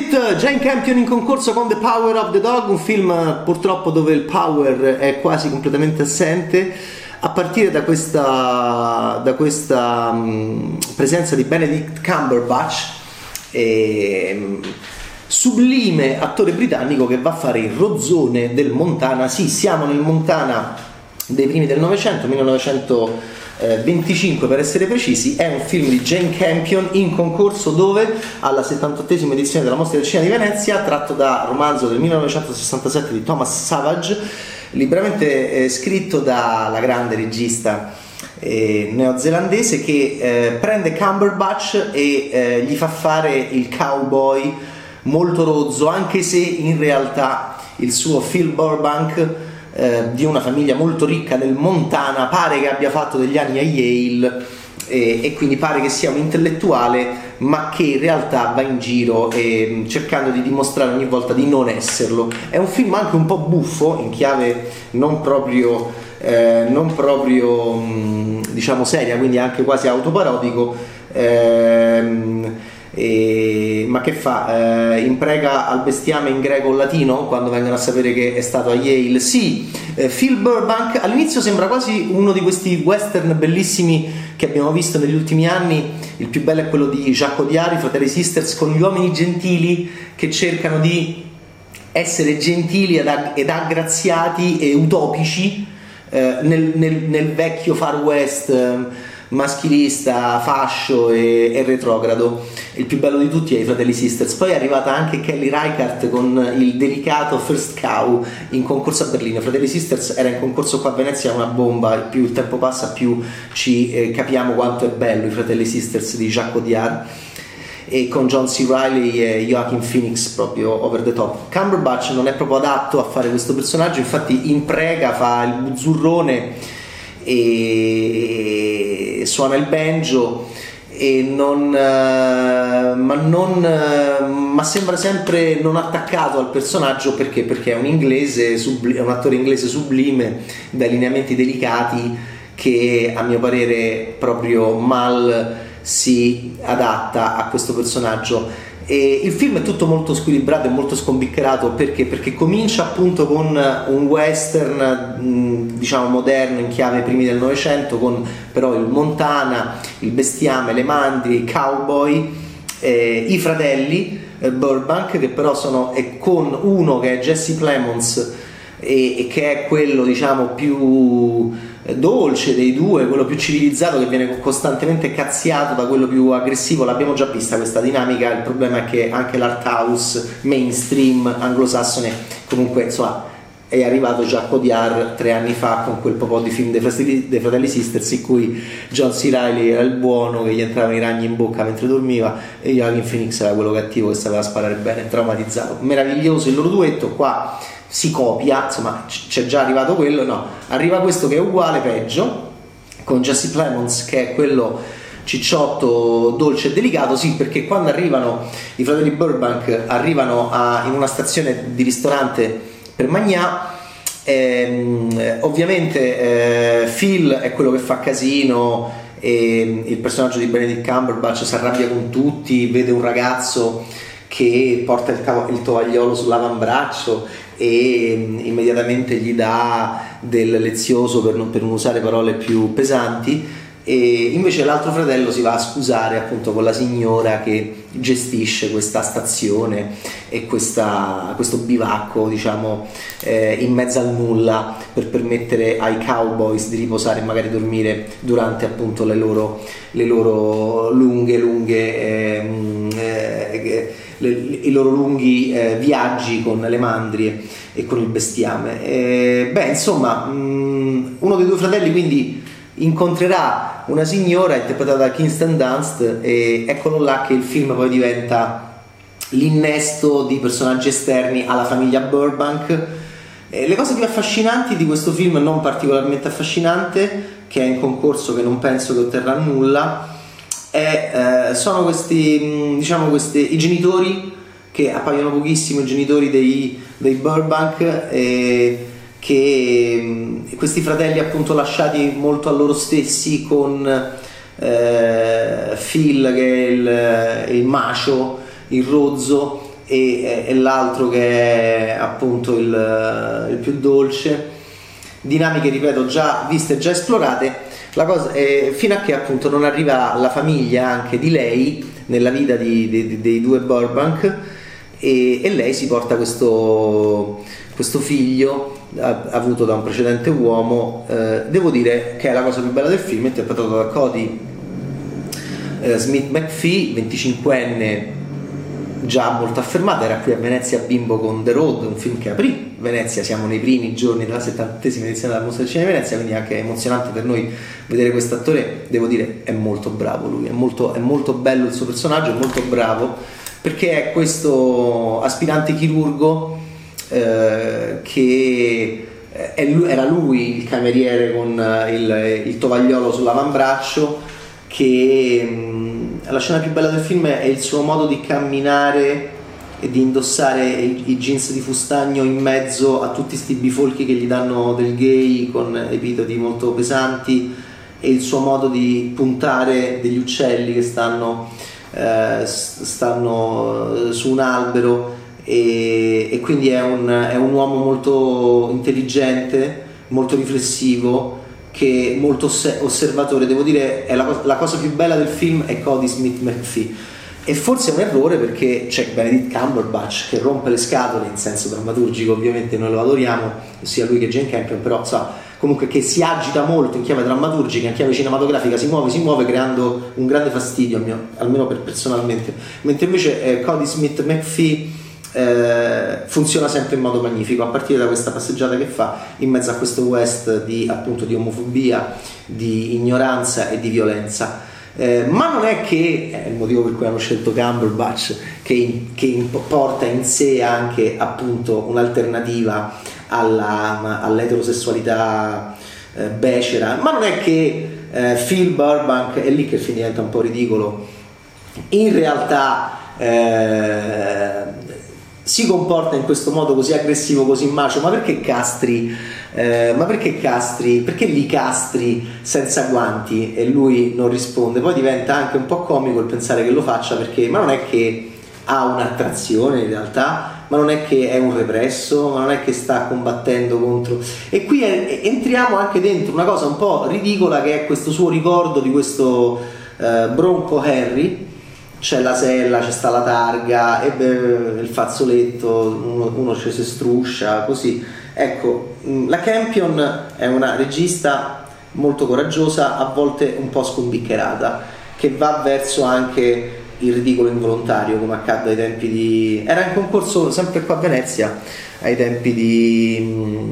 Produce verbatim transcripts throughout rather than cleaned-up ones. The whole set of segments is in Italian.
It, Jane Campion in concorso con The Power of the Dog, un film purtroppo dove il power è quasi completamente assente, a partire da questa, da questa um, presenza di Benedict Cumberbatch, e, sublime attore britannico che va a fare il rozzone del Montana. Sì, siamo nel Montana dei primi del Novecento, millenovecentoventicinque per essere precisi. È un film di Jane Campion in concorso dove? Alla settantottesima edizione della Mostra del Cinema di Venezia, tratto da romanzo del millenovecentosessantasette di Thomas Savage, liberamente eh, scritto dalla grande regista eh, neozelandese che eh, prende Cumberbatch e eh, gli fa fare il cowboy molto rozzo, anche se in realtà il suo Phil Burbank, eh, di una famiglia molto ricca del Montana, pare che abbia fatto degli anni a Yale e, e quindi pare che sia un intellettuale, ma che in realtà va in giro e, cercando di dimostrare ogni volta di non esserlo. È un film anche un po' buffo, in chiave non proprio, eh, non proprio mh, diciamo seria, quindi anche quasi autoparodico. ehm, E, ma che fa? Eh, imprega al bestiame in greco o latino quando vengono a sapere che è stato a Yale. Sì, eh, Phil Burbank all'inizio sembra quasi uno di questi western bellissimi che abbiamo visto negli ultimi anni. Il più bello è quello di Jacques Audiard, i Fratelli Sisters, con gli uomini gentili che cercano di essere gentili ed, ag- ed aggraziati e utopici eh, nel, nel, nel vecchio Far West eh, maschilista, fascio e, e retrogrado. Il più bello di tutti è i Fratelli Sisters. Poi è arrivata anche Kelly Reichardt con il delicato First Cow in concorso a Berlino. Fratelli Sisters era in concorso qua a Venezia, una bomba. Più il tempo passa più ci eh, capiamo quanto è bello i Fratelli Sisters di Jacques Audiard, e con John C. Reilly e Joaquin Phoenix proprio over the top. Cumberbatch non è proprio adatto a fare questo personaggio, infatti imprega, fa il buzzurrone e suona il banjo e non, uh, ma non uh, ma sembra sempre non attaccato al personaggio. Perché? Perché è un inglese subli- è un attore inglese sublime, dai lineamenti delicati, che a mio parere proprio mal si adatta a questo personaggio. E il film è tutto molto squilibrato e molto scombiccerato. Perché? Perché comincia appunto con un western diciamo moderno in chiave primi del Novecento, con però il Montana, il bestiame, le mandrie, i cowboy, eh, i fratelli eh, Burbank, che però sono e con uno che è Jesse Plemons e, e che è quello diciamo più dolce dei due, quello più civilizzato, che viene costantemente cazziato da quello più aggressivo. L'abbiamo già vista questa dinamica. Il problema è che anche l'art house mainstream anglosassone comunque insomma è arrivato Jacques Audiard tre anni fa con quel po' di film dei Fratelli, dei Fratelli Sisters in cui John C. Reilly era il buono che gli entravano i ragni in bocca mentre dormiva e Joaquin Phoenix era quello cattivo che sapeva sparare bene, traumatizzato. Meraviglioso il loro duetto. Qua si copia, insomma c'è già arrivato quello, no, arriva questo che è uguale, peggio, con Jesse Plemons che è quello cicciotto, dolce e delicato. Sì, perché quando arrivano i fratelli Burbank arrivano a, in una stazione di ristorante per mangià, ehm, ovviamente eh, Phil è quello che fa casino e il personaggio di Benedict Cumberbatch si arrabbia con tutti, vede un ragazzo che porta il, cav- il tovagliolo sull'avambraccio e immediatamente gli dà del lezioso, per non, per non usare parole più pesanti, e invece l'altro fratello si va a scusare appunto con la signora che gestisce questa stazione e questa, questo bivacco diciamo eh, in mezzo al nulla, per permettere ai cowboys di riposare e magari dormire durante appunto le loro, le loro lunghe lunghe ehm, eh, le, i loro lunghi eh, viaggi con le mandrie e con il bestiame. E, beh insomma mh, uno dei due fratelli quindi incontrerà una signora interpretata da Kirsten Dunst e eccolo là che il film poi diventa l'innesto di personaggi esterni alla famiglia Burbank. E le cose più affascinanti di questo film, non particolarmente affascinante, che è in concorso, che non penso che otterrà nulla, è, eh, sono questi, diciamo, questi, i genitori che appaiono pochissimo, i genitori dei, dei Burbank, e che questi fratelli appunto lasciati molto a loro stessi, con eh, Phil che è il, il macio, il rozzo, e, e l'altro che è appunto il, il più dolce. Dinamiche, ripeto, già viste, già esplorate, la cosa è, fino a che appunto non arriva la famiglia anche di lei nella vita di, di, dei due Burbank, e, e lei si porta questo, questo figlio avuto da un precedente uomo. Eh, devo dire che è la cosa più bella del film, interpretato da Cody eh, Smith McPhee, venticinquenne, già molto affermata. Era qui a Venezia bimbo con The Road, un film che aprì Venezia, siamo nei primi giorni della settantesima edizione della Mostra del Cinema di Venezia, quindi anche emozionante per noi vedere questo attore. Devo dire, è molto bravo lui, è molto, è molto bello il suo personaggio, è molto bravo, perché è questo aspirante chirurgo eh, che è lui, era lui il cameriere con il, il tovagliolo sull'avambraccio, che mh, la scena più bella del film è il suo modo di camminare e di indossare i, i jeans di fustagno in mezzo a tutti sti bifolchi che gli danno del gay con epiteti molto pesanti, e il suo modo di puntare degli uccelli che stanno, eh, stanno su un albero, e, e quindi è un, è un uomo molto intelligente, molto riflessivo, che molto osservatore. Devo dire, è la, la cosa più bella del film è Cody Smith McPhee, e forse è un errore perché c'è Benedict Cumberbatch che rompe le scatole in senso drammaturgico, ovviamente noi lo adoriamo, sia lui che Jane Campion, però sa, comunque, che si agita molto in chiave drammaturgica, in chiave cinematografica, si muove, si muove creando un grande fastidio, mio, almeno per personalmente, mentre invece eh, Cody Smith McPhee Eh, funziona sempre in modo magnifico, a partire da questa passeggiata che fa in mezzo a questo west di, appunto, di omofobia, di ignoranza e di violenza. Eh, ma non è che è il motivo per cui hanno scelto Cumberbatch, che, in, che in, porta in sé anche appunto un'alternativa alla, all'eterosessualità eh, becera, ma non è che eh, Phil Burbank, è lì che il film diventa un po' ridicolo, in realtà eh, si comporta in questo modo così aggressivo, così macio. Ma perché castri eh, ma perché castri perché li castri senza guanti? E lui non risponde. Poi diventa anche un po' comico il pensare che lo faccia, perché ma non è che ha un'attrazione in realtà, ma non è che è un represso, ma non è che sta combattendo contro. E qui è, entriamo anche dentro una cosa un po' ridicola, che è questo suo ricordo di questo eh, Bronco Harry. C'è la sella, c'è sta la targa, e beh, il fazzoletto, uno, uno ci si struscia, così. Ecco, la Campion è una regista molto coraggiosa, a volte un po' scombiccherata, che va verso anche il ridicolo involontario, come accadde ai tempi di... Era in concorso sempre qua a Venezia, ai tempi di,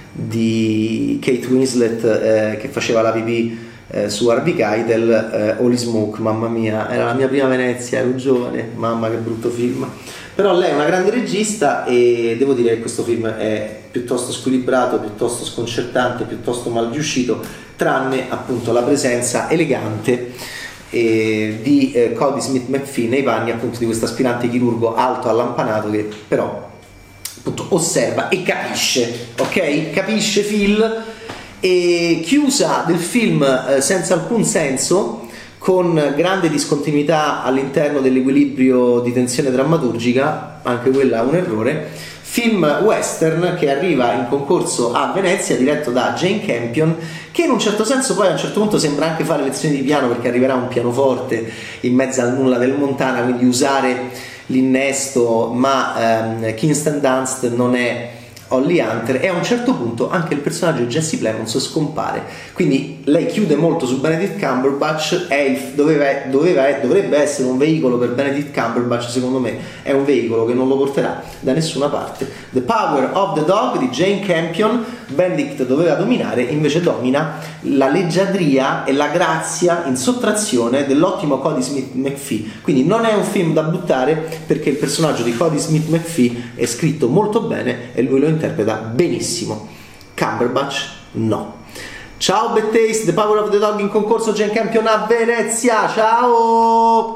di Kate Winslet, eh, che faceva la pipì Eh, su Harvey Keitel, eh, Holy Smoke, mamma mia, era la mia prima Venezia, ero giovane, mamma che brutto film. Però lei è una grande regista, e devo dire che questo film è piuttosto squilibrato, piuttosto sconcertante, piuttosto mal riuscito, tranne appunto la presenza elegante eh, di eh, Cody Smith McPhee nei panni appunto di questo aspirante chirurgo alto allampanato, che però appunto osserva e capisce, ok? Capisce Phil. E chiusa del film eh, senza alcun senso, con grande discontinuità all'interno dell'equilibrio di tensione drammaturgica, anche quella un errore. Film western che arriva in concorso a Venezia, diretto da Jane Campion, che in un certo senso poi a un certo punto sembra anche fare lezioni di piano, perché arriverà un pianoforte in mezzo al nulla del Montana, quindi usare l'innesto, ma ehm, Kirsten Dunst non è Holly Hunter, e a un certo punto anche il personaggio di Jesse Plemons scompare, quindi lei chiude molto su Benedict Cumberbatch. È il, doveva, doveva, dovrebbe essere un veicolo per Benedict Cumberbatch, secondo me è un veicolo che non lo porterà da nessuna parte. The Power of the Dog di Jane Campion. Benedict doveva dominare, invece domina la leggiadria e la grazia in sottrazione dell'ottimo Cody Smith McPhee, quindi non è un film da buttare, perché il personaggio di Cody Smith McPhee è scritto molto bene e lui lo interpreta benissimo. Cumberbatch no. Ciao Bad Taste, The Power of the Dog in concorso Jane Campion a Venezia, ciao!